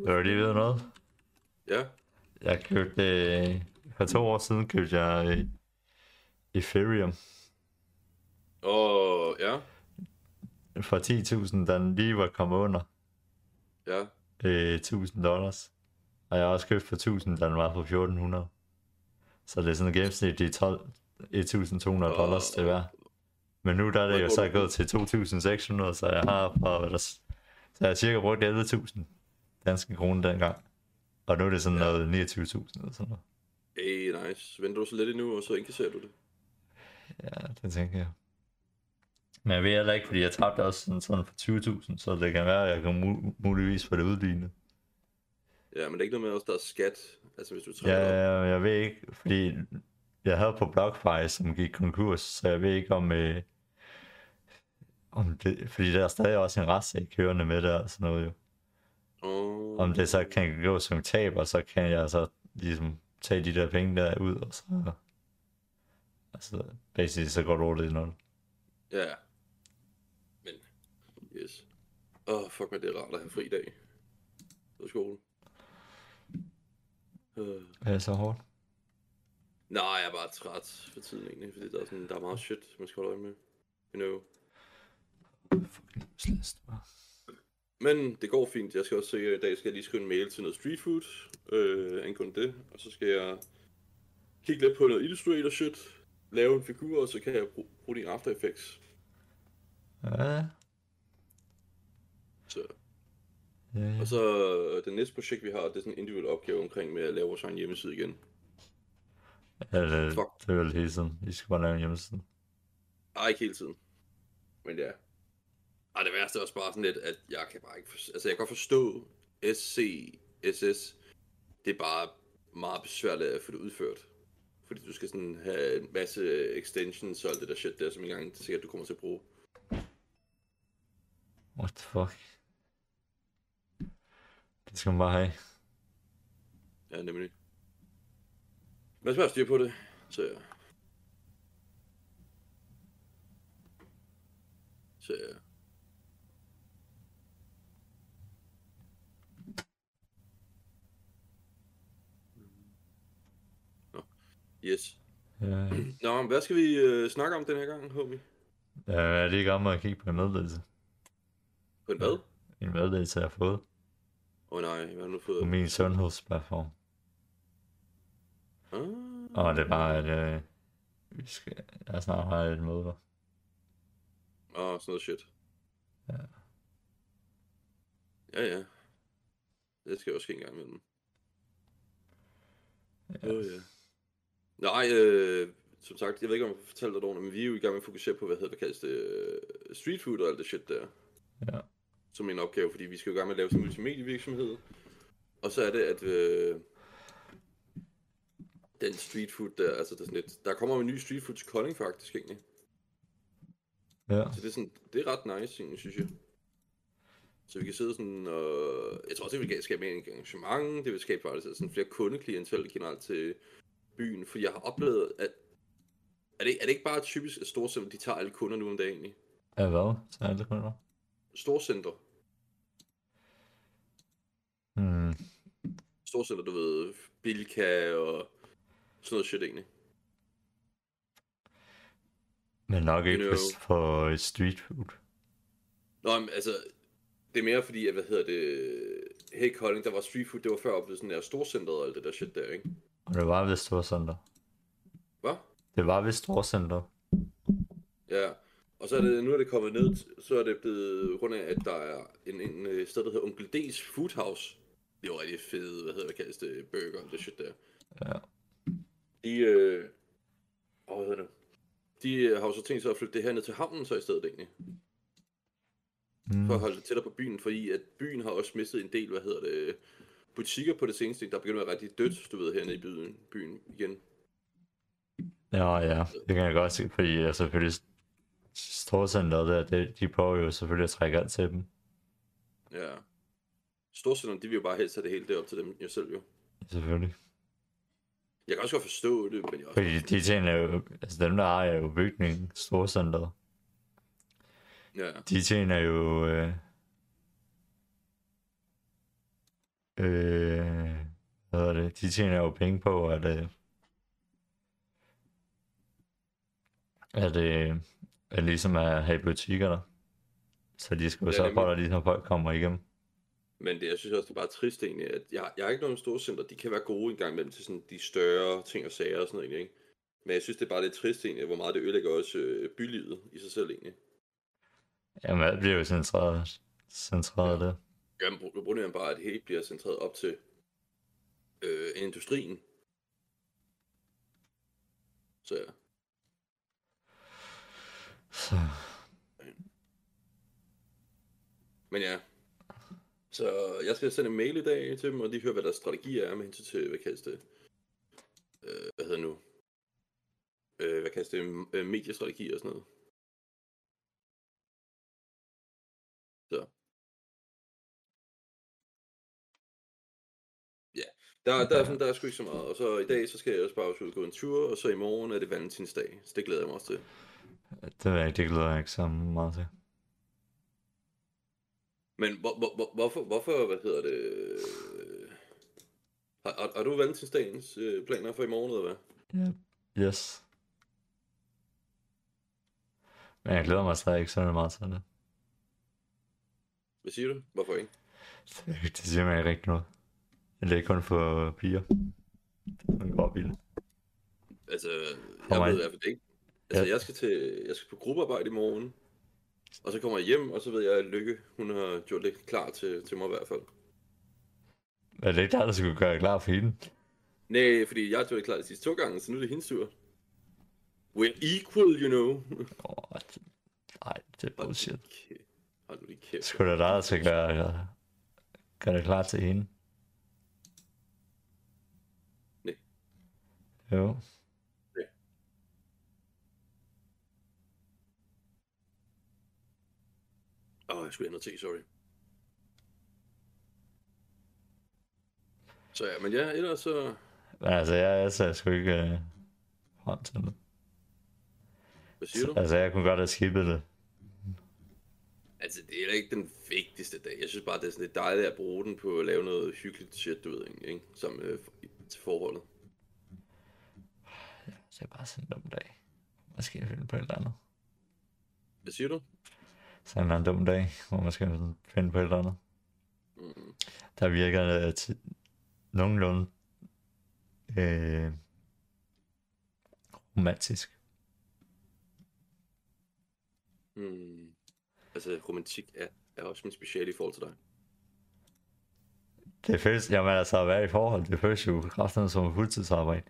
Jeg vil lige vide noget. Ja. Jeg købte... For 2 år siden købte jeg Ethereum Ja. for 10.000, da den lige var kommet under Ja. $1.000. Og jeg har også købt for 1.000, da den var på 1.400. Så det er sådan gennemsnitligt $1.200 det hver. Men nu der er det jo så gået til 2.600, så jeg har så jeg har cirka brugt 11.000 danske kroner dengang. Og nu er det sådan noget 29.000 eller sådan noget. Hey, nice. Venter du så lidt endnu, og så indkasserer du det? Ja, det tænker jeg. Men jeg ved heller ikke, fordi jeg tabte også sådan for 20.000, så det kan være, at jeg kan muligvis få det udlignet. Ja, men det er ikke noget med også, der er skat, altså hvis du Ja, jeg ved ikke, fordi jeg havde på BlockFi, som gik konkurs, så jeg ved ikke om det, fordi der er stadig også en retssag kørende med det og sådan noget jo. Om det så kan gå som tab, og så kan jeg så ligesom tage de der penge der ud, og så altså basically så går det over det noget. Ja. Men, yes. Fuck mig, det er rart at have fri dag. På skole. Er det så hårdt? Nej, jeg er bare træt for tiden egentlig, fordi der er meget shit, man skal holde øje med. You know. Fucking slæst, bare. Men det går fint. Jeg skal også se, at i dag skal jeg lige skrive en mail til noget street food, angående det. Og så skal jeg kigge lidt på noget Illustrator shit, lave en figur, og så kan jeg bruge det i After Effects. Ja. Så. Ja. Og så det næste projekt, vi har, det er sådan en individuel opgave omkring med at lave vores egen hjemmeside igen. Ja, det er vel hele tiden. I skal bare lave en hjemmeside. Ej, ikke hele tiden. Men ja. Og det værste er også bare sådan lidt, at jeg kan bare ikke jeg kan godt forstå SCSS. Det er bare meget besværligt at få det udført. Fordi du skal sådan have en masse extensions og alt det der shit der, som ikke engang sikkert du kommer til at bruge. What the fuck? Det skal man bare have. Ja, nemlig. Men jeg skal bare styre på det, så ja. Yes. Ja. Nå, men hvad skal vi snakke om den her gang, homie? Ja, jeg er lige i gang med at kigge på en meddelelse. På en hvad? En meddelelse, jeg har fået. Nej, hvad har du fået? På min sundhedsplatform. Og det er bare, at jeg snart har et møde. Sådan noget shit. Ja. Ja. Det skal jeg også ske en gang imellem. Ja. Nej, som sagt, jeg ved ikke, om jeg fortalte dig det ordentligt, men vi er jo i gang med at fokusere på, hvad kaldes det, street food og alt det shit der. Ja. Som en opgave, fordi vi skal jo i gang med at lave sådan en multimedievirksomhed. Og så er det, at den street food der, altså det er sådan lidt, der kommer jo en ny street food til Kolding faktisk egentlig. Ja. Så det er sådan, det er ret nice egentlig, synes jeg. Så vi kan sidde sådan, jeg tror også, det vil skabe mere engagement, det vil skabe faktisk sådan flere kundeklientel generelt til byen, fordi jeg har oplevet, at er det ikke bare typisk, at storcenter, de tager alle kunder nu om dagen egentlig? Ja, hvad? Så alle kunder? Storcenter. Storcenter, du ved, Bilka og sådan noget shit egentlig. Men nok ikke for street food. Nå, men altså, det er mere fordi, at, her i Kolding, der var street food, det var før op ved sådan der storcenteret og alt det der shit der, ikke? Og det var ved storcenter. Hvad? Det var ved storcenter. Ja, og så er det, nu er det kommet ned, så er det blevet grund af, at der er en sted, der hedder Onkel D's Foodhouse. Det er jo rigtig fede, hvad kaldes det, burger og det shit der. Ja. De har jo så tænkt sig at flytte det her ned til havnen så i stedet egentlig. For at holde det tættere på byen, fordi at byen har også mistet en del, butikker på det seneste. Der begynder at være rigtig dødt, du ved, hernede i byen igen. Ja, det kan jeg godt se, fordi jeg selvfølgelig storcenteret der, de prøver jo selvfølgelig at trække alt til dem. Ja. Storcenterne, de vil jo bare helst have det hele derop til dem jo selv jo. Selvfølgelig. Jeg kan også godt forstå det, men jeg også... Fordi de tjener jo, altså dem der ejer jo bygningen, storcenteret. Ja. De tjener jo Hvad hedder det? De tjener jo penge på, at ligesom at have butikker der. Så de skal jo Ja, sørge for, nemlig. at ligesom folk kommer igennem. Men jeg synes også, det er bare trist egentlig, at jeg har ikke nogen store center. De kan være gode en gang imellem til sådan de større ting og sager og sådan noget, egentlig, ikke? Men jeg synes, det er bare lidt trist egentlig, hvor meget det ødelægger også bylivet i sig selv egentlig. Jamen, alt bliver jo centreret Ja. der. Jamen, problemet er bare, at det hele bliver centreret op til industrien. Så ja. Så, Men ja. Så jeg skal sende en mail i dag til dem, og de hører, hvad deres strategi er med hensyn til, hvad kaldes det? Hvad hedder nu? Hvad kaldes det? Mediestrategi og sådan noget. Så. Ja, der er sgu ikke så meget. Og så i dag, så skal jeg også bare ud og gå en tur, og så i morgen er det valentinsdag. Så det glæder jeg mig også til. det glæder jeg ikke så meget til. Men hvorfor, hvad hedder det? Har du valentinsdagens planer for i morgen, eller hvad? Ja. Yes. Men jeg glæder mig stadig ikke så meget til det. Hvad siger du? Hvorfor ikke? Det siger mig ikke rigtig noget. Det er ikke kun for piger. Man går op i det. Altså, For jeg mig. ved i hvert fald ikke. Altså, Ja. jeg skal på gruppearbejde i morgen. Og så kommer jeg hjem, og så ved jeg, at Lykke, hun har gjort det klar til mig i hvert fald. Men det er ikke dig, der skulle gøre klar for hende. Nej, fordi jeg har gjort det klar de sidste 2 gange, så nu er det hendes tur. We're equal, you know. Nej, det er bullshit. Hold nu lige kæft. Skulle da dig, der skal gøre det klar til hende? Nej. Jo. Jeg skulle have noget te, sorry. Så ja, men ja, ellers så... Men altså, jeg sagde sgu ikke hånd til det. Hvad siger du? Altså, jeg kunne godt have skippet det. Altså, det er da ikke den vigtigste dag. Jeg synes bare, det er sådan lidt dejligt at bruge den på at lave noget hyggeligt shit, du ved, ikke? Som til forholdet. Det er bare sådan en dum dag. Måske jeg finde på et eller andet. Hvad siger du? Sådan en dum dag, hvor man skal finde på et eller andet. Mm. Der virker nogenlunde romantisk. Altså, romantik er også min speciale i forhold til dig. Det føles, jamen altså at være i forhold, det føles jo kraftigt som et fuldtidsarbejde.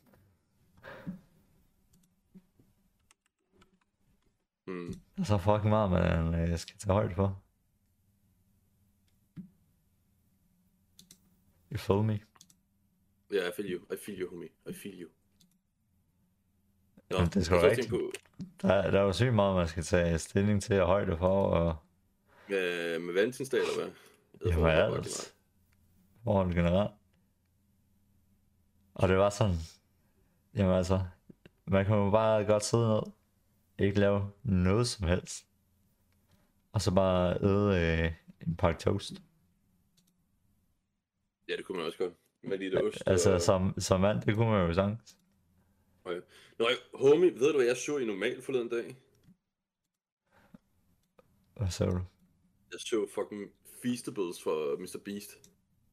Det er så fucking meget, man skal tage højde for. You feel me? Ja, I feel you, homie. I feel you. Nå, jamen, det er sgu rigtigt. Der er jo sygt meget, man skal tage stilling til og højde for, og... Med valentinsdag, eller hvad? Jamen ellers. Forhold generelt. Og det var sådan... Jamen altså... Man kan jo bare godt sidde ned. Ikke lave noget som helst. Og så bare æde en pakke toast. Ja, det kunne man også godt. Med lidt ost. Altså og... som mand, det kunne man jo sagtens. Okay. Nå, homie, ved du hvad jeg så i normal forleden dag? Hvad så du? Jeg så fucking Feastables for Mr. Beast.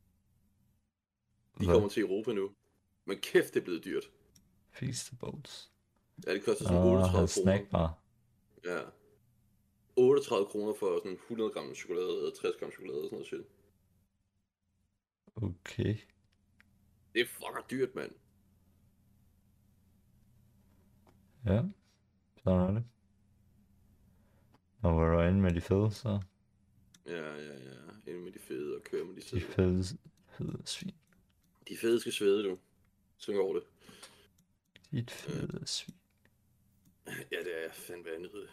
De Hvad? kommer til Europa nu. Men kæft, det er blevet dyrt. Feastables. Ja, det koster sådan 38 kroner. Snackbar. Ja. 38 kroner for sådan 100 gram chokolade og 60 gram chokolade og sådan noget shit. Okay. Det er fucking dyrt, mand. Ja. Sådan er det. Når var du inde med de fede, så... Ja. Inde med de fede og køre med de De søde. fede svin. De fede skal svede, du. Så går det. Dit fede svin. Ja, det er fandme vanvittigt.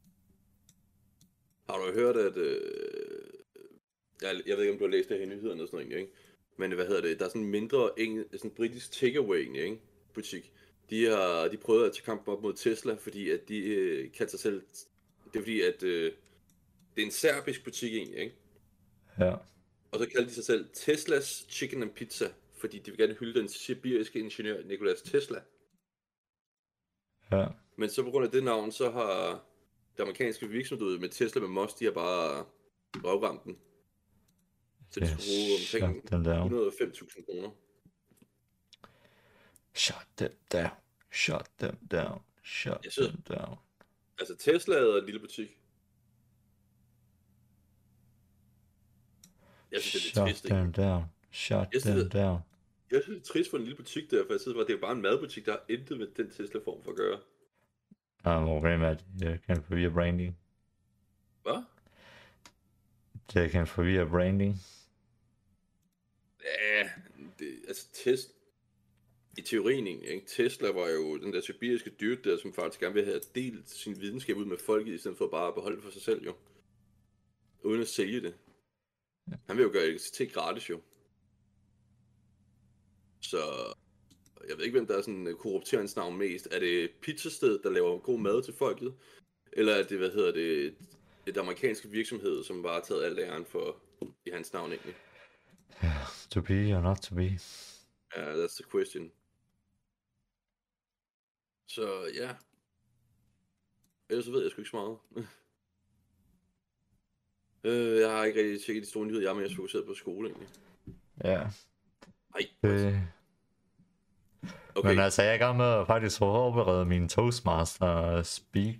Har du hørt, at... jeg ved ikke, om du har læst det her i nyhederne og sådan noget, ikke? Men hvad hedder det? Der er sådan en mindre sådan britisk takeaway, ikke? Butik. De prøvede at tage kampen op mod Tesla, fordi at de kaldte sig selv... Det er fordi, at det er en serbisk butik egentlig, ikke? Ja. Og så kalder de sig selv Teslas Chicken and Pizza, fordi de vil gerne hylde den sibiriske ingeniør Nikola Tesla. Ja. Men så på grund af det navn, så har det amerikanske virksomhed med Tesla med Moss, de har bare røvramt den. Så de skulle bruge omkring 105.000 kroner. Shut them down. Shut them down. Shut them down. Altså Tesla er en lille butik. Jeg synes, det er lidt trist, Shut them down. Shut them down. Jeg synes, det er trist for en lille butik der, for jeg synes, det er bare en madbutik, der har intet med den Tesla-form for at gøre. Problemet er, at det kan forvirre branding. Hvad? Det kan forvirre branding. Ja, altså Tesla... I teorien, ikke? Tesla var jo den der sibiriske dyrt der, som faktisk gerne ville have delt sin videnskab ud med folket, i stedet for bare at beholde det for sig selv, jo. Uden at sælge det. Han vil jo gøre elektricitet gratis, jo. Så... Jeg ved ikke, hvem der er sådan korrupterer hans navn mest. Er det pizzasted, der laver god mad til folket? Eller er det, et amerikansk virksomhed, som bare har taget al æren for i hans navn egentlig? Yeah, to be or not to be. Yeah, that's the question. Så ja. Ellers så ved jeg sgu ikke så meget. Jeg har ikke rigtig tjekket de store nyheder. Jeg er mere fokuseret på skole egentlig. Ja. Nej. Okay. Men altså, jeg er i gang med at faktisk forberede min Toastmaster speak.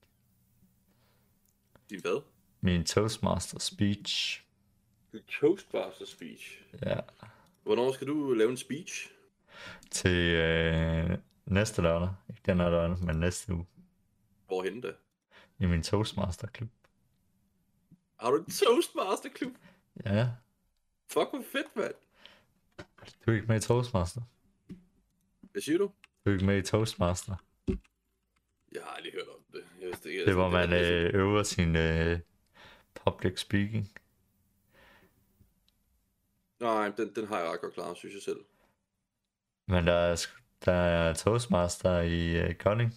Din hvad? Min Toastmaster speech. Din Toastmaster speech? Ja. Hvornår skal du lave en speech? Til næste lørdag. Ikke den her lørdag, men næste uge. Hvorhenne da? I min Toastmaster-klub. Har du en Toastmaster-klub? Ja. Fuck, hvor fedt, mand. Du er ikke med i Toastmaster? Hvad siger du? Du er ikke med i Toastmaster? Jeg har aldrig hørt om det. Jeg vidste ikke, det hvor man øver sin public speaking. Nej, den har jeg ret godt klaret, synes jeg selv. Men der er Toastmaster i Kolding.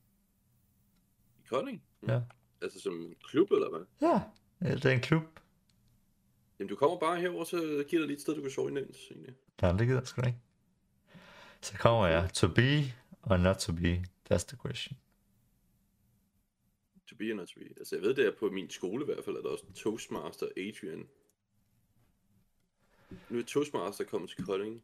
I Kolding? Ja. Altså som klub, eller hvad? Ja, det er en klub. Jamen, du kommer bare herover, så giver dig lige et sted, du kan sove imens, egentlig. Ja, det gider jeg sgu ikke. Så kommer jeg. To be or not to be? That's the question. To be or not to be? Altså, jeg ved, det er på min skole i hvert fald, at der er også Toastmaster Adrian. Nu er Toastmaster kommet til Kolding.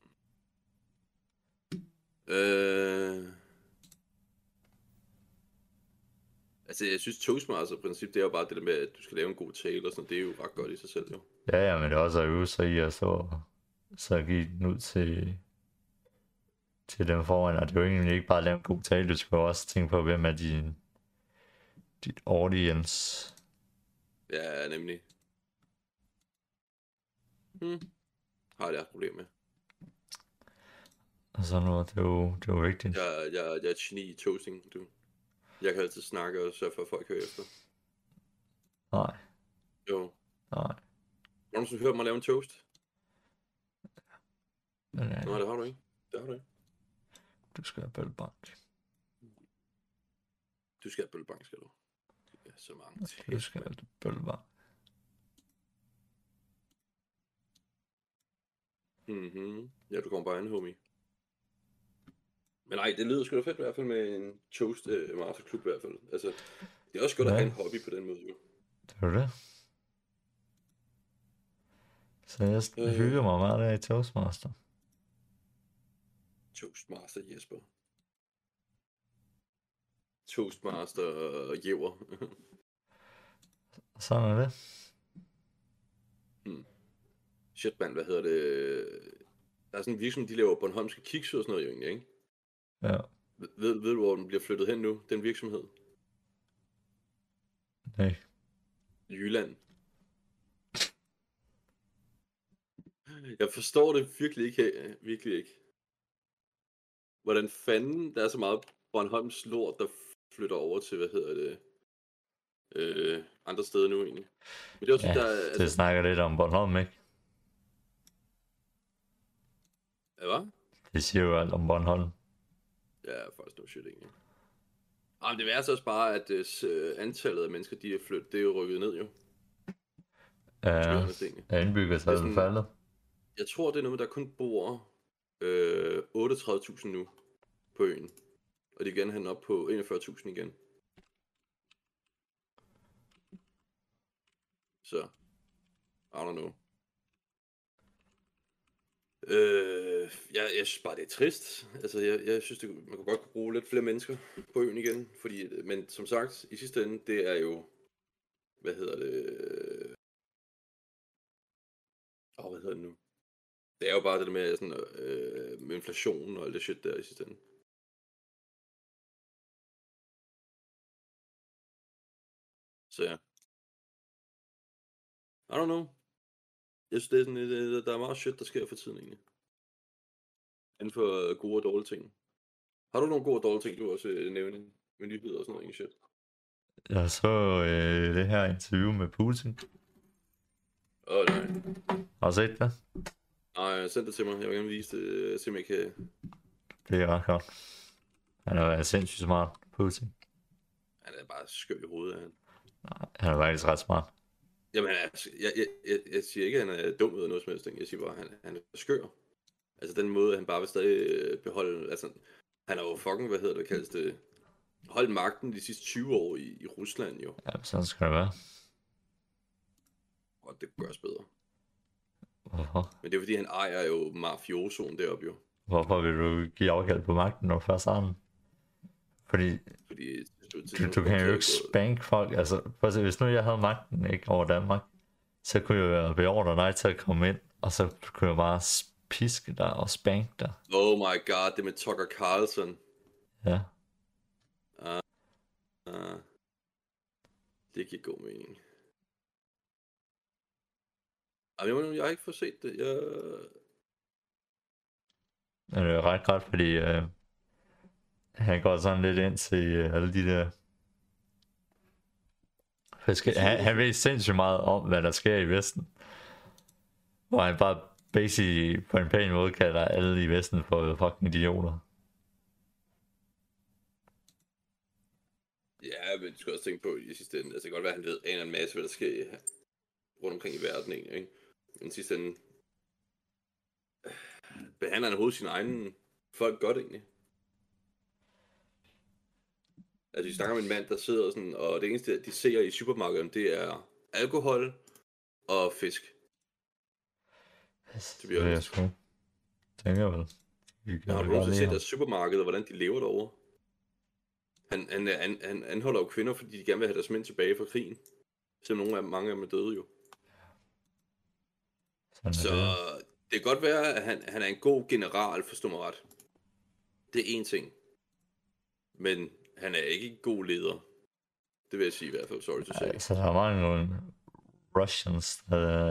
Altså, jeg synes Toastmaster-princip, det er jo bare det der med, at du skal lave en god tale og sådan, det er jo ret godt i sig selv, jo. Ja, men det er også at øve sig i at så give den ud til dem foran, og det er jo egentlig ikke bare at lave en god tale, du skal også tænke på, hvem er dit audience. Ja, nemlig. Har jeg et problem med. Og sådan noget, det er jo vigtigt. Jeg er et geni i toasting, du. Jeg kan altid snakke og sørge for, at folk hører efter. Nej. Jo. Nej. Har du hørt mig lave en toast? Men, nej, det har du ikke. Det har du ikke. Du skal have bøllebank. Du skal have bøllebank, skal du. Det er så mange ting. Du skal have bøllebank. Ja, du kommer bare ind, homie. Men nej, det lyder sgu da fedt i hvert fald med en toast masterklub i hvert fald. Altså, det er også godt at have en hobby på den måde, jo. Det er det. Så jeg hygger mig meget der i Toastmaster. Toastmaster Jesper. Toastmaster Jæver. Sådan er det. Shit, mand, hvad hedder det? Der er sådan en virksomhed, de laver Bornholmske kiks og sådan noget, jo egentlig, ikke? Ja. Ved du, hvor den bliver flyttet hen nu, den virksomhed? Nej. Jylland. Jeg forstår det virkelig ikke. Hvordan fanden der er så meget Bornholms lort, der flytter over til, andre steder nu egentlig. Men det er også, ja, det snakker lidt om Bornholm, ikke? Ja, hvad? Det siger jo alt om Bornholm. Ja, faktisk no shit egentlig. Men det værste også bare, at antallet af mennesker, de er flyttet, det er jo rykket ned jo. Ja, sten. er indbyggertallet faldet? Jeg tror, det er noget med, der kun bor 38.000 nu på øen. Og de gerne have den op på 41.000 igen. Så, I don't know. Jeg synes bare, det er trist. Altså, jeg synes, man kunne godt bruge lidt flere mennesker på øen igen. Fordi, men som sagt, i sidste ende, det er jo, hvad hedder det nu? Det er jo bare det der med, sådan, med inflation og alt det shit der i sidste ende. Så ja. I don't know. Jeg synes, det er sådan, der er meget shit, der sker for tiden egentlig. Inden for gode og dårlige ting. Har du nogle gode og dårlige ting, du også nævne med nyheder og sådan noget shit? Jeg så det her interview med Putin. Nej. Har du set det? Nej, send det til mig. Jeg vil gerne vise det, se om jeg kan... Det er ret godt. Han er sindssygt smart, Putin. Han er bare skør i hovedet af han. Nej, han er faktisk ret smart. Jamen altså, jeg siger ikke, at han er dum eller noget som helst. Jeg siger bare, at han er skør. Altså den måde, han bare vil stadig beholde... Altså, han har jo fucking, kaldes det... Holdt magten de sidste 20 år i Rusland jo. Ja, sådan skal det være. Og det kunne gøres bedre. Hvorfor? Men det er fordi, han ejer jo mafiosoen deroppe jo. Hvorfor vil du give afkald på magten, når du først har den? Fordi du kan jo ikke spank folk. Altså, hvis nu jeg havde magten ikke over Danmark, så kunne jeg beordre dig til at komme ind, og så kunne jeg bare piske dig og spank dig. Oh my god, det med Tucker Carlson. Ja. Det giver god mening. Jeg har ikke fået set det. Men det er ret godt, fordi han går sådan lidt ind til alle de der... Han ved sindssygt meget om, hvad der sker i Vesten. Hvor han bare basically på en pæn måde kalder alle i Vesten for fucking idioter. Ja, men du skal også tænke på i sidste ende. Altså det kan godt være, at han ved en masse, hvad der sker rundt omkring i verden egentlig, ikke? Men i sidste ende behandler han overhovedet sine egne folk godt egentlig. Altså vi snakker om en mand, der sidder sådan, og det eneste, de ser i supermarkedet, det er alkohol og fisk. Det er jeg sgu. Tænker vel. Har du nogensinde set deres supermarked, og hvordan de lever derovre? Han anholder jo kvinder, fordi de gerne vil have deres mænd tilbage fra krigen. Selvom mange af dem er døde jo. Så det kan godt være, at han er en god general, forstår mig ret. Det er én ting. Men han er ikke en god leder. Det vil jeg sige i hvert fald, sorry to say. Så der er mange Russians,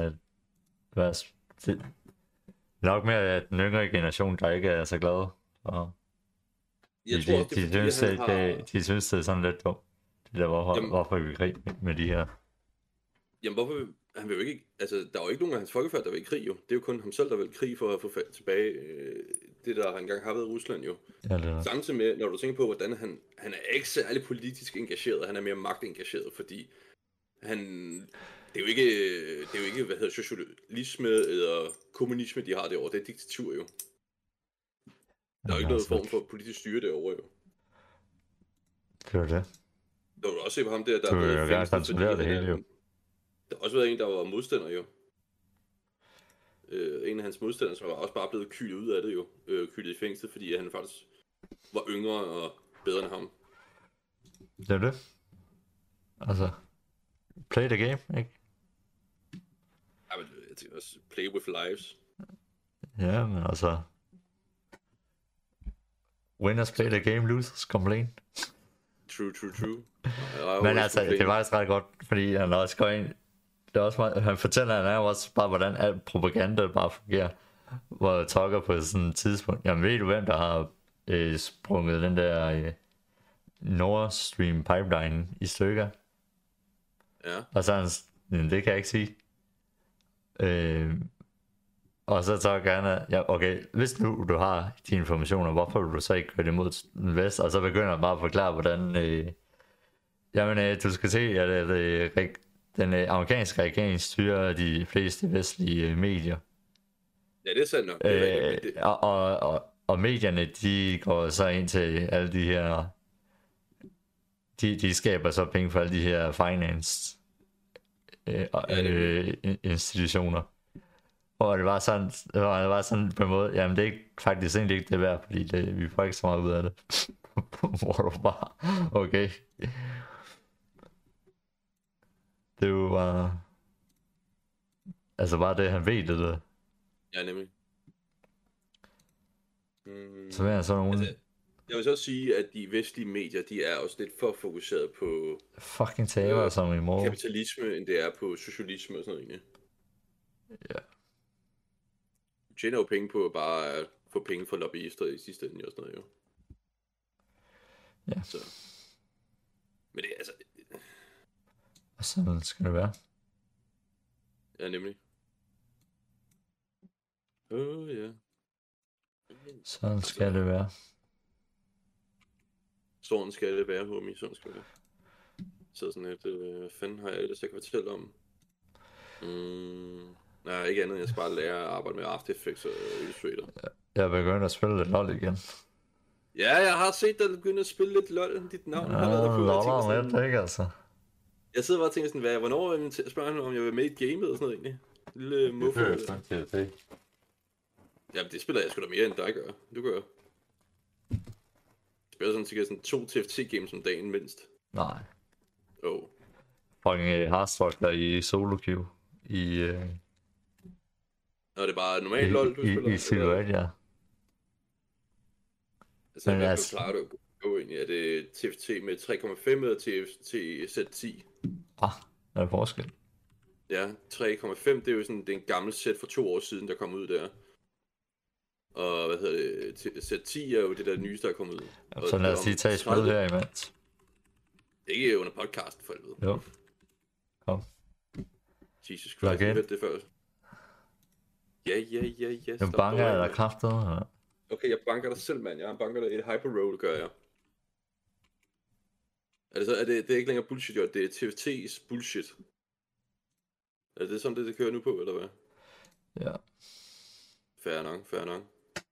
det er nok mere at den yngre generation, der ikke er så glade. Og jeg tror også, de synes, det er sådan lidt dumt. Det der, hvorfor vi krig med de her. Jamen, hvorfor han vil jo ikke... Altså, der er jo ikke nogen af hans folkefærd, der vil i krig, jo. Det er jo kun ham selv, der vil i krig for at få tilbage det, der engang har været i Rusland, jo. Ja, samtidig med, når du tænker på, hvordan han er ikke særlig politisk engageret, han er mere magtengageret, fordi det er jo ikke, socialisme eller kommunisme, de har derovre. Det er diktatur, jo. Der er jo ikke noget form for politisk styre derovre, jo. Det er det. Du vil også se på ham der er blevet fængslet, fordi det hele, jo. Der har også været en, der var modstander, jo. En af hans modstandere, som var også bare blevet kylet ud af det, jo. Kylet i fængsel, fordi han faktisk var yngre og bedre end ham. Det er det. Altså, play the game, ikke? Ja, men jeg tænker også, play with lives. Ja, men altså... Winners play the game, losers complain. True. Men altså, det var faktisk ret godt, fordi han også går ind... Det er også meget, han fortæller, han er jo også bare, hvordan al propaganda bare fungerer. Hvor Tucker på sådan et tidspunkt... Jamen, ved du, hvem der har sprunget den der Nord Stream pipeline i stykker? Ja. Og så han, det kan jeg ikke sige. Og så Tucker han, ja, okay, hvis nu du har de informationer, hvorfor vil du så ikke køre det mod den vest? Og så begynder han bare at forklare, hvordan... Jamen, du skal se, at den amerikanske regering styrer de fleste vestlige medier. Ja, det er sandt nok. Det er rigtigt, men Og medierne, de går så ind til alle de her... De skaber så penge for alle de her finance institutioner. Og det var sådan på en måde, jamen det er faktisk egentlig ikke det værd, fordi vi får ikke så meget ud af det. Hvor du bare, okay. Det er jo bare... Altså bare det, han ved det. Ja, nemlig. Så hvad er sådan nogen... Altså, jeg vil så sige, at de vestlige medier, de er også lidt for fokuseret på... Fucking taber som i morgen. Kapitalisme, end det er på socialisme og sådan noget, egentlig. Ja. Du tjener jo penge på bare at få penge fra lobbyister i sidste ende og sådan noget, jo. Ja. Så. Men det er altså... Og sådan skal det være. Ja, nemlig. Ja. Sådan skal det være. Sådan skal det være, homie. Sådan skal det være. Så sådan et... hvad fanden har jeg ellers, jeg kan fortælle om? Nej, ikke andet. Jeg skal bare lære at arbejde med After Effects og Illustrator. Jeg er begyndt at spille lidt LOL igen. Ja, jeg har set dig begynde at spille lidt LOL. Dit navn har været der på. LOL lidt, ikke altså? Jeg sidder bare og tænker sådan, hvornår spørger han, om jeg vil med i et game eller sådan noget egentlig? Lille muffo. Ja, det spiller jeg sgu da mere end dig gør. Du gør. Jeg spiller sådan 2 TFT-games om dagen mindst. Nej. Fucking hardstruggler i solo queue. Nå, det er bare normalt LOL, du spiller? I silhouette, ja. Altså, hvad klarer du at gå ind i? Er det TFT med 3,5 eller TFT Z10? Der er forskel. Ja, 3,5, det er jo sådan, det er en gammel sæt for 2 år siden, der kom ud der. Og hvad hedder det, Z10 er jo det der nyeste, der er kommet ud. Ja, så lad os lige tage et spil her imens. Ikke under podcasten, for helvede. Jo. Kom. Jesus Christ, jeg ved det først. Ja. Nu banker jeg dig kraftet. Ja. Okay, jeg banker dig selv, mand. Jeg banker dig et hyper roll, gør jeg. Det er ikke længere bullshit, jo. Det er TFT's bullshit. Er det sådan, det kører nu på, eller hvad? Ja. Fair nok.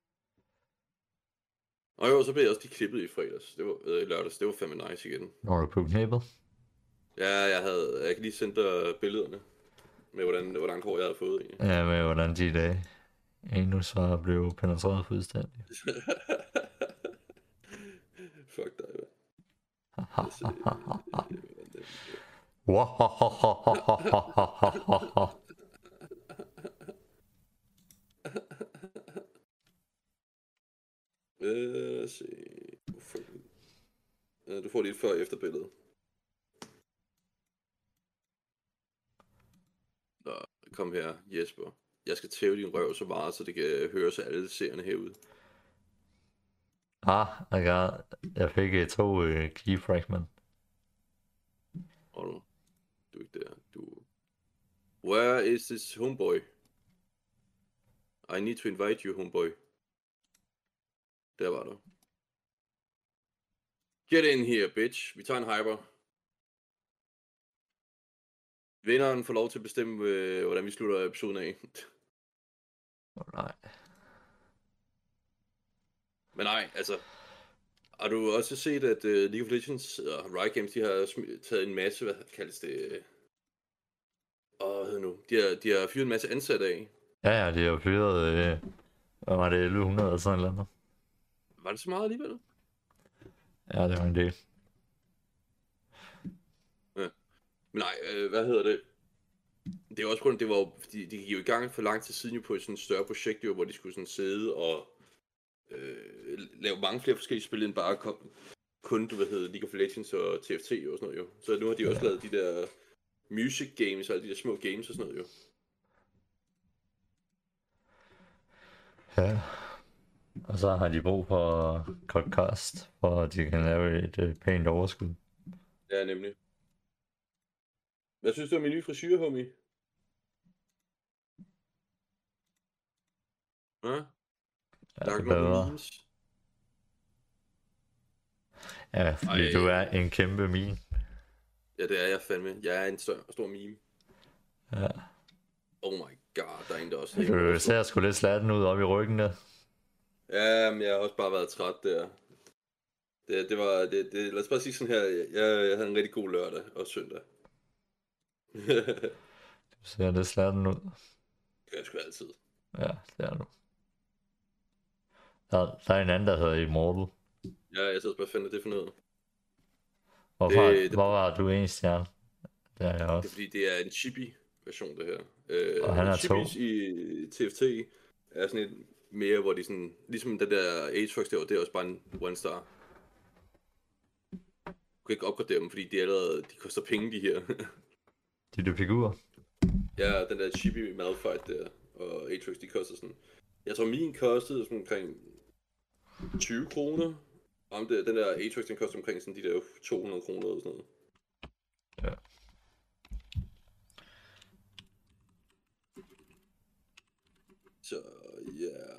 Og jo, så blev jeg også de klippet i fredags. Det var i lørdags. Det var fandme nice igen. Når du på knippet? Ja, jeg kan lige sende dig billederne. Med hvor langt hår jeg havde fået egentlig. Ja, med hvordan de dage. Endnu så blev penetreret fuldstændig. Fuck dig, hvad? Lad se. Du får lige et før- og efterbillede. Nå, kom her, Jesper. Jeg skal tæve din røv så meget, så det kan høres af alle seerne herude. Jeg fik 2 key fragment. Du er ikke der. Where is this homeboy? I need to invite you, homeboy. Der var du. Get in here, bitch. Vi tager en hyper. Vinderen får lov til at bestemme, hvordan vi slutter episoden af. Nej. Men nej, altså... Har du også set, at League of Legends og Riot Games, de har taget en masse, hvad kaldes det... hvad hedder nu? De har fyret en masse ansatte af. Ja, de har fyret... hvad var det, 1100 eller sådan noget? Var det så meget alligevel? Ja, det var en del. Ja. Men nej, hvad hedder det? Det er også grund, det var jo, fordi de gik jo i gang for lang tid siden jo på sådan et større projekt, jo, hvor de skulle sådan sidde og lave mange flere forskellige spil, end bare kun, League of Legends og TFT og sådan noget jo. Så nu har de også lavet de der music games og alle de der små games og sådan noget jo. Ja. Og så har de brug for podcast, for at de kan lave et pænt overskud. Ja, nemlig. Hvad synes du om min nye frisyr, homie? Ja? Der er bedre. Memes. Ja, fordi du er en kæmpe min. Ja, det er jeg fandme. Jeg er en stor meme. Ja. Oh my god, der er en, der også Du ser sgu lidt slatten ud op i ryggen der. Ja, men jeg har også bare været træt der. Det var, lad os bare sige sådan her, jeg havde en rigtig god lørdag og søndag. Du ser lidt slatten ud. Det gør jeg sgu altid. Ja, det er du. Der er en anden, der hedder Immortal. Ja, jeg sidder bare fandt det for noget. Hvor var du en stjerne? Det er jeg Det er også. fordi, det er en chibi version, det her. Og han er Chibis 2. i TFT er sådan et mere, hvor de sådan, ligesom den der Aatrox der, det er også bare en one star. Du kan ikke opgradere dem, fordi de koster penge, de her. De figurer. Ja, den der chibi Malphite der, og Aatrox, de koster sådan, jeg tror min kostede sådan omkring 20 kroner. Om det, den der Aatrox, den koster omkring sådan de der 200 kroner eller sådan noget. Ja. Så ja.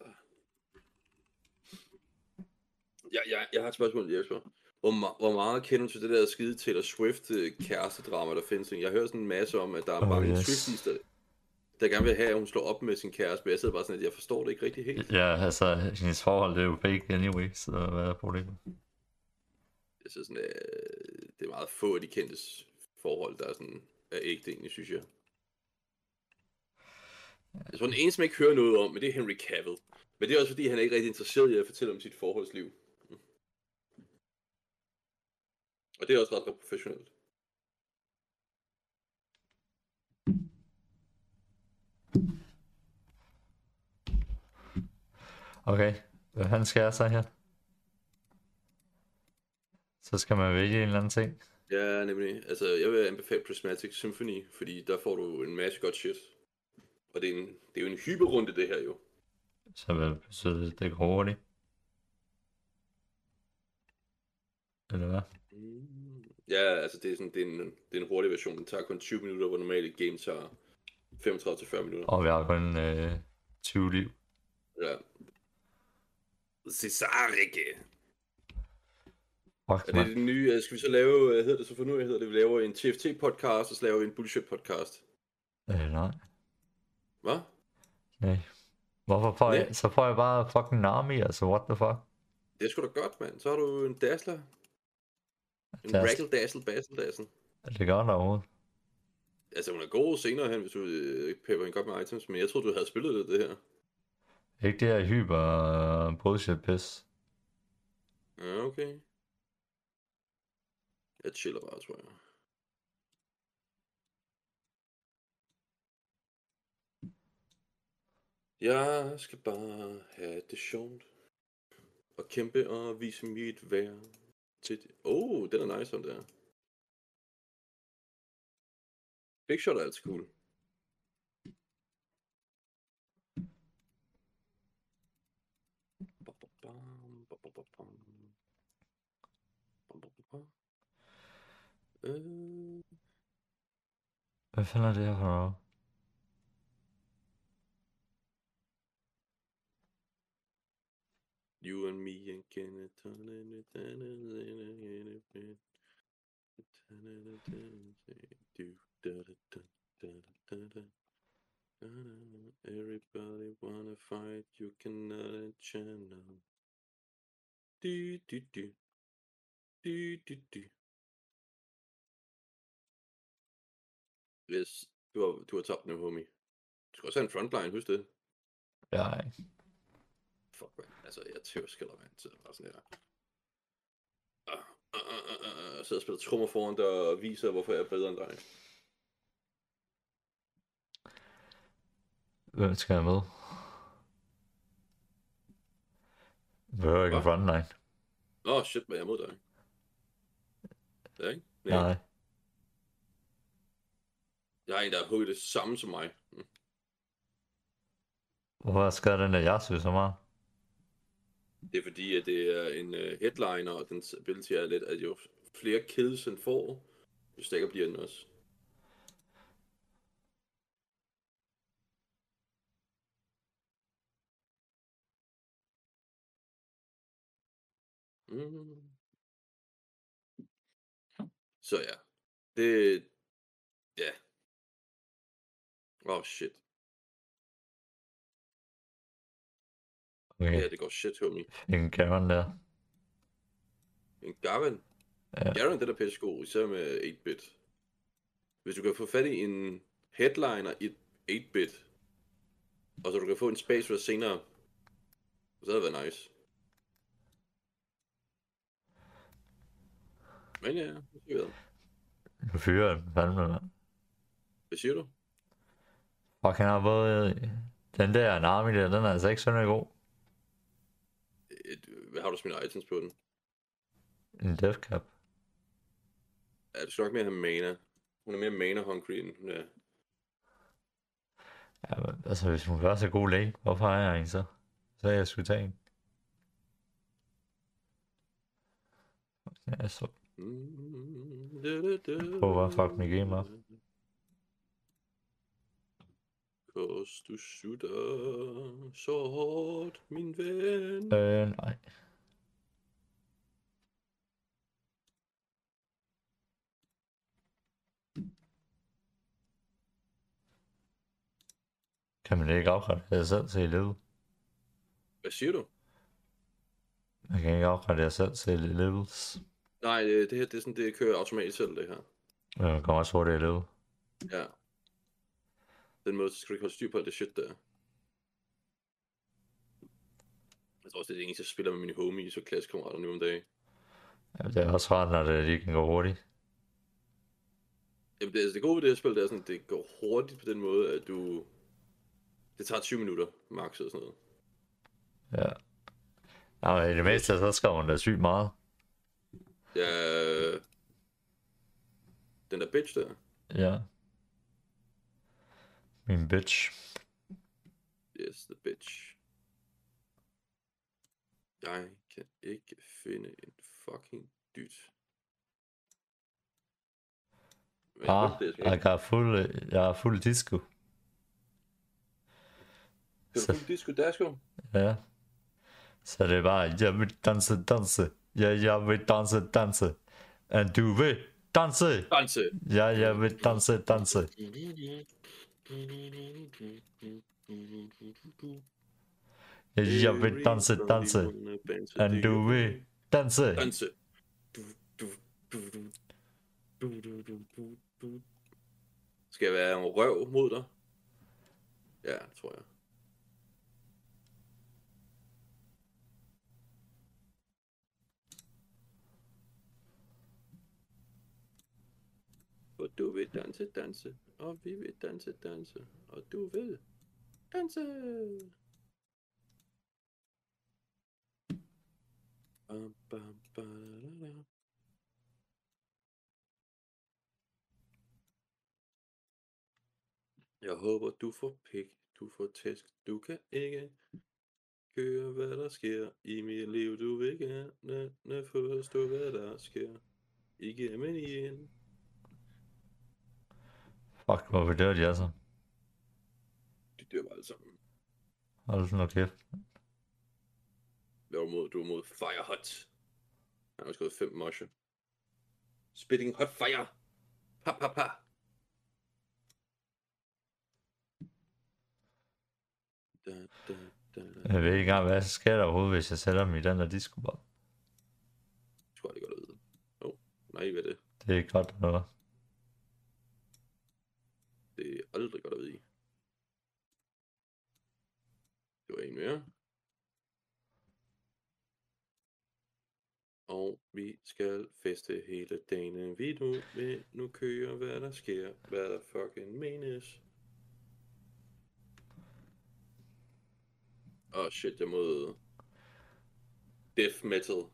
Jeg har et spørgsmål, Jesper. Hvor meget kender du til det der skide Taylor Swift kærestedrama, der findes? Jeg har hørt sådan en masse om, at der er mange Swifties, der gerne vil have, at hun slår op med sin kæreste, men jeg sidder bare sådan, at jeg forstår det ikke rigtig helt. Ja, altså, hendes forhold, det er jo fake anyway, så hvad er problemet? Jeg synes sådan, det er meget få af de kendtes forhold, der er sådan, er ægte egentlig, synes jeg. Jeg tror, den eneste, man ikke hører noget om, men det er Henry Cavill. Men det er også fordi, han er ikke rigtig interesseret i at fortælle om sit forholdsliv. Og det er også ret professionelt. Okay, hvad han skal så her? Så skal man vælge en eller anden ting. Ja, nemlig. Altså, jeg vil anbefale Prismatic Symphony, fordi der får du en masse godt shit. Og det er jo en hyperrunde, det her jo. Så det går hurtigt. Eller hvad? Ja, altså det er en hurtig version. Den tager kun 20 minutter, hvor normalt et game tager 35-40 minutter. Og vi har kun 20 liv. Ja. Cesarike. Fuck, Er det det nye? Skal vi så lave, hvad hedder det så for nu? Vi laver en TFT-podcast, og så laver vi en bullshit-podcast. Nej. Hvad? Nej. Hvorfor får jeg? Så får jeg bare fucking army, altså what the fuck? Det er sgu da godt, mand. Så har du en dazzler. En raggle dazzle. Det gør der overhovedet. Altså, hun er god senere hen, hvis du pepper hende godt med items, men jeg troede, du havde spillet det her. Ikke det her hyper bullshit pis. Ja, okay. Jeg chiller bare, tror jeg. Jeg skal bare have det sjovt. Og kæmpe og vise mit værd til det. Den er nice, sådan der. Big shot er altid cool. Hvad fanden er det her for noget? You and me again. Everybody wanna fight, you cannot channel. Yes, du har tabt nu, homie. Du skal også have en frontline, husk det. Ja, ikke. Fuck, man. Altså, jeg tævskælder, mand. Så bare sådan her. Så jeg spiller trommer foran dig og viser, hvorfor jeg er bedre end dig. Hvem skal jeg med? Behøver ikke en frontline. Shit, men jeg er mod dig. Ja, ikke? Nej. Jeg har en, der har hugget det samme som mig. Hvorfor skal den der Yasu så meget? Det er fordi, at det er en headliner, og den ability er lidt, at jo flere kills den får, jo stærkere bliver den også. Så ja. Det... Ja. Oh, shit. Okay, Ja, det går shit, homie. en Karen der. En Gavin. Ja, Garen, den er pissegod, især med 8-bit. Hvis du kan få fat i en headliner i 8-bit, og så du kan få en space race senere, så havde det været nice. Men ja, det ved jeg. du fyrer den fandme, mand. Hvad siger du? Fuck, han har både... Den der Nami der, den er altså ikke sådan god. Hvad har du smidt items på den? En death cap. Ja, du skal nok mere have mana. Hun er mere mana-hungry end hun er. Ja, men, altså hvis hun gør så god lane, hvorfor har jeg en så? Så jeg skulle tage en. Ja, så prøv at fuck mit game op. Cause du shooter så hårdt, min ven. Nej. Kan man ikke opgradere sig selv til level? Hvad siger du? Man kan ikke opgradere sig selv til levels. Nej, det her, det er sådan, det kører automatisk selv, det her. Men man kommer også hurtigt i level. Ja. Den måde, så skal du ikke holde styr på alt det shit der. Jeg tror også, det er det eneste, jeg spiller med mine homies og klassekammerater nu om dagen. Ja, det er også rart, når det lige kan gå hurtigt. Jamen, det gode ved det her spil, det er sådan, det går hurtigt på den måde, at du... Det tager 20 minutter, max eller sådan noget. Ja. Ja, men i det meste, så skal man da sygt meget. Ja... Den der bitch der. Ja. Min bitch. Yes, the bitch. Jeg kan ikke finde en fucking dyt. Jeg er fuld disco. Kan du fuld disco dasko? Ja. Så det er bare, jeg vil danse. Ja, jeg vil danse. Og du vil danse. Danse. Ja, jeg vil danse. Ja, jeg vil danse. Og du vil danse. Danse. Skal jeg være en røv mod dig? Ja, det tror jeg. Og du vil danse, og vi vil danse, og du vil danse. Bam, bam, ba-da-da-da. Jeg håber, du får pik, du får tæsk, du kan ikke høre, hvad der sker i mit liv. Du vil gerne forstå, hvad der sker igennem igen. Fuck, hvor vi dør de altså. De dør bare alle sammen. Hold sådan noget kæft. Hvad er du mod? Du er mod Fire Hot. Han har også gået 5 mosher. Spitting Hot Fire. Pa, pa, pa. Jeg ved ikke engang, hvad sker der overhovedet, hvis jeg sætter dem i den der disco-bob. Det skulle aldrig godt at vide. Nej, hvad er det? Det er ikke godt, eller hvad? Det er aldrig godt at vide. Det var en mere. Og vi skal feste hele dagen. Vi vil nu køre, hvad der sker. Hvad der fucking menes. Shit, jeg mod death metal.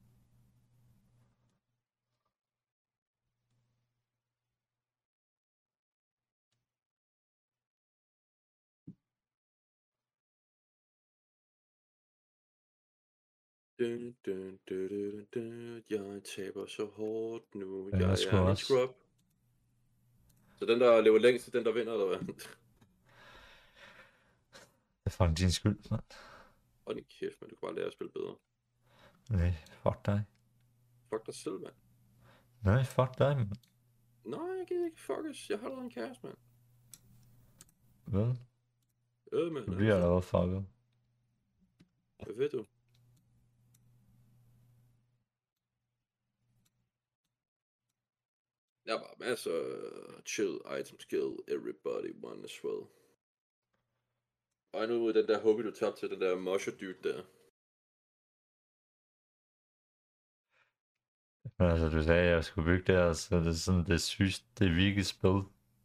Jeg taber så hårdt nu. Ja, jeg er en scrub. Så den der lever længst, den der vinder, eller hvad? Det er fucking din skyld, mand. Hold din kæft, man. Du kan bare lære at spille bedre. Nej, fuck dig. Fuck dig selv, mand. Nej, fuck dig, mand. Nej, jeg gider ikke fuckes. Jeg har allerede en kæreste, mand. Hvad? Mand. Du bliver allerede fucket. Hvad ved du? Jeg har bare masser af chill item skill. Everybody want as well. Og nu den der hobby, du tabte til den der Mosher dude der. Men altså, du sagde, at jeg skulle bygge det her, så det er sådan det sygeste, det virkelige spil,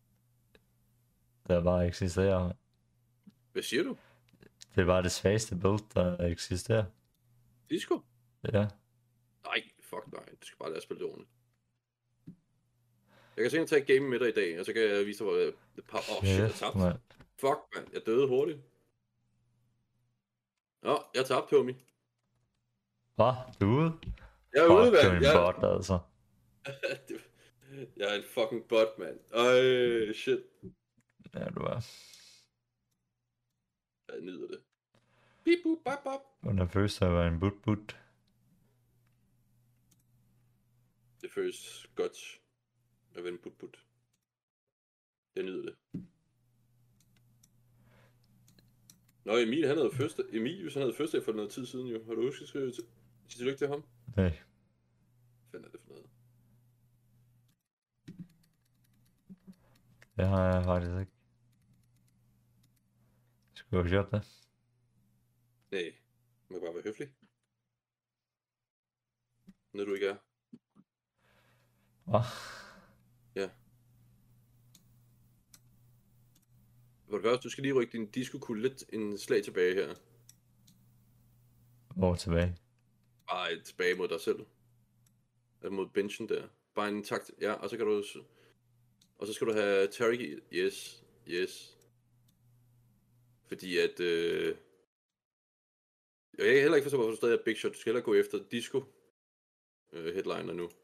der bare eksisterer. Hvad siger du? Det er bare det svageste build, der eksisterer. Disco? Ja. Nej, fuck nej. Du skal bare lade at spille det ordentligt. Jeg kan sikkert tage et game med dig i dag, og så kan jeg vise dig, hvor et par... shit, jeg tabte. Man. Fuck, mand. Jeg døde hurtigt. Nå, jeg tabte, homie. Hvad? Du er ude? Jeg er ude, Fuck, mand. du er en bot, altså. Jeg er en fucking bot, mand. Øj, shit. Ja, du er. Jeg nyder det. Bip, bup, bap, bap. Du er nervøs af at være en but. Det føles godt at være en put. Jeg nyder det. Nå, Emil, han havde fødselsdag. Emilius, han havde fødselsdag for noget tid siden jo. Har du husket at skrive tillykke til ham? Nej. Hvad fanden er det for noget? Det har jeg faktisk ikke. Skulle jeg have gjort det? Nej, man kan bare være høflig. Når du ikke er. Hvad? Ja. For det første, du skal lige rykke din disco-kugle lidt en slag tilbage her. Hvor tilbage? Bare tilbage mod dig selv. Eller mod benchen der. Bare en takt. Ja, og så kan du... Og så skal du have Tarek i. Yes. Fordi at... Jeg kan heller ikke forstå, hvorfor du stadig er Big Shot. Du skal heller gå efter disco headliner nu.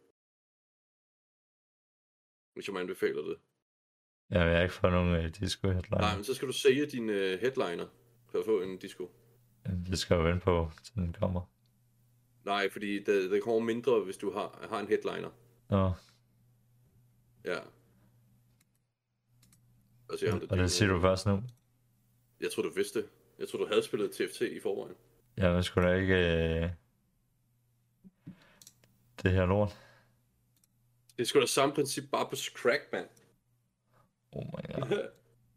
Hvis jeg må anbefaler det. Ja, jeg har ikke fået nogen disco headline. Nej, men så skal du sælge din headliner for at få en disco. Det skal jeg jo vente på, til den kommer. Nej, fordi det kommer mindre, hvis du har en headliner. Nå. Ja. Og det siger du først nu? Jeg tror du vidste det. Jeg tror du havde spillet TFT i forvejen. Ja, men skulle da ikke... det her lort. Det er sgu da samme princip, bare på crack, mand. Oh my god.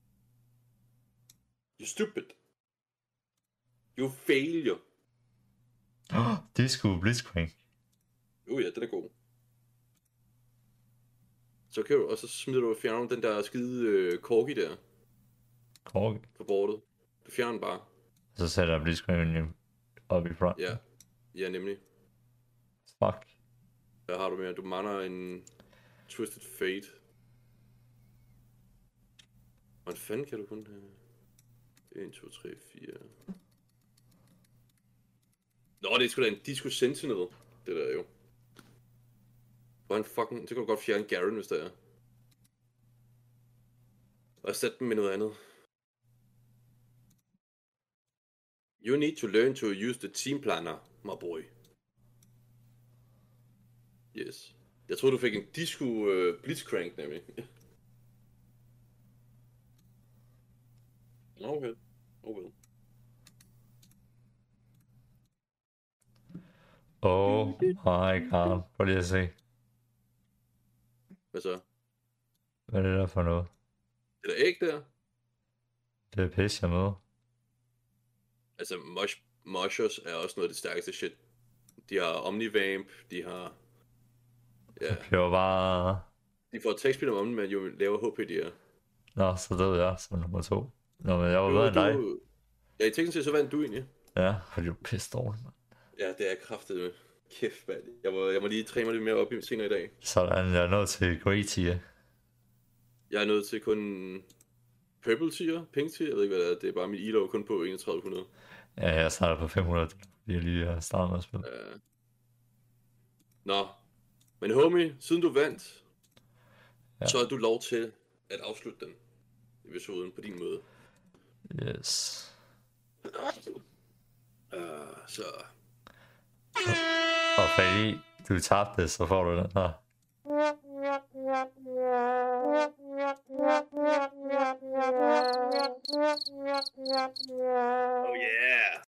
You stupid. You failure. Disco Blitzcrank. Ja, den er god. Så kan du, og så smider du og fjerner den der skide corgi der. Kork. På bordet. Du fjerner den bare. Så sætter jeg Blitzcrank op i front. Ja. Ja, nemlig. Fuck. Hvad har du mere? Du mangler en Twisted Fate. Hvordan fanden kan du kun have? 1, 2, 3, 4... Nå, det er sgu da en Disco Sentinel. Det der jo. Hvordan fucking... Så kan du godt fjerne Garen, hvis der er. Og erstatte dem med noget andet. You need to learn to use the team planner, my boy. Yes. Jeg troede, du fik en Disco Blitzcrank, nemlig. Okay. Okay. Oh my god. Prøv lige at se. Hvad så? Hvad er det der for noget? Det der æg der? Det er pisse, jeg med. Altså, Moshers er også noget af det stærkeste shit. De har Omnivamp, de har... Ja. Det var bare... De får tekstspeed om men jo lavere HP de er. Nå, så døde jeg som nummer 2. Nå, men jeg var bedre end dig. Ja, i teknisk set så vandt du egentlig. Ja, for du er pisse dårlig, mand. Ja, det er kraftigt med. Kæft, mand. Jeg må lige træne mig lidt mere op senere i dag. Sådan, jeg er nået til Grey Tier. Jeg er nødt til kun Purple Tier, Pink Tier, jeg ved ikke hvad det er. Det er bare mit elo kun på 3100. Ja, jeg starter på 500, fordi jeg lige har startet med at spille. Ja. Nå, men homie, siden du vandt, så har du lov til at afslutte den episoden på din måde. Yes. Så... Og fordi du tabte, så får du den her.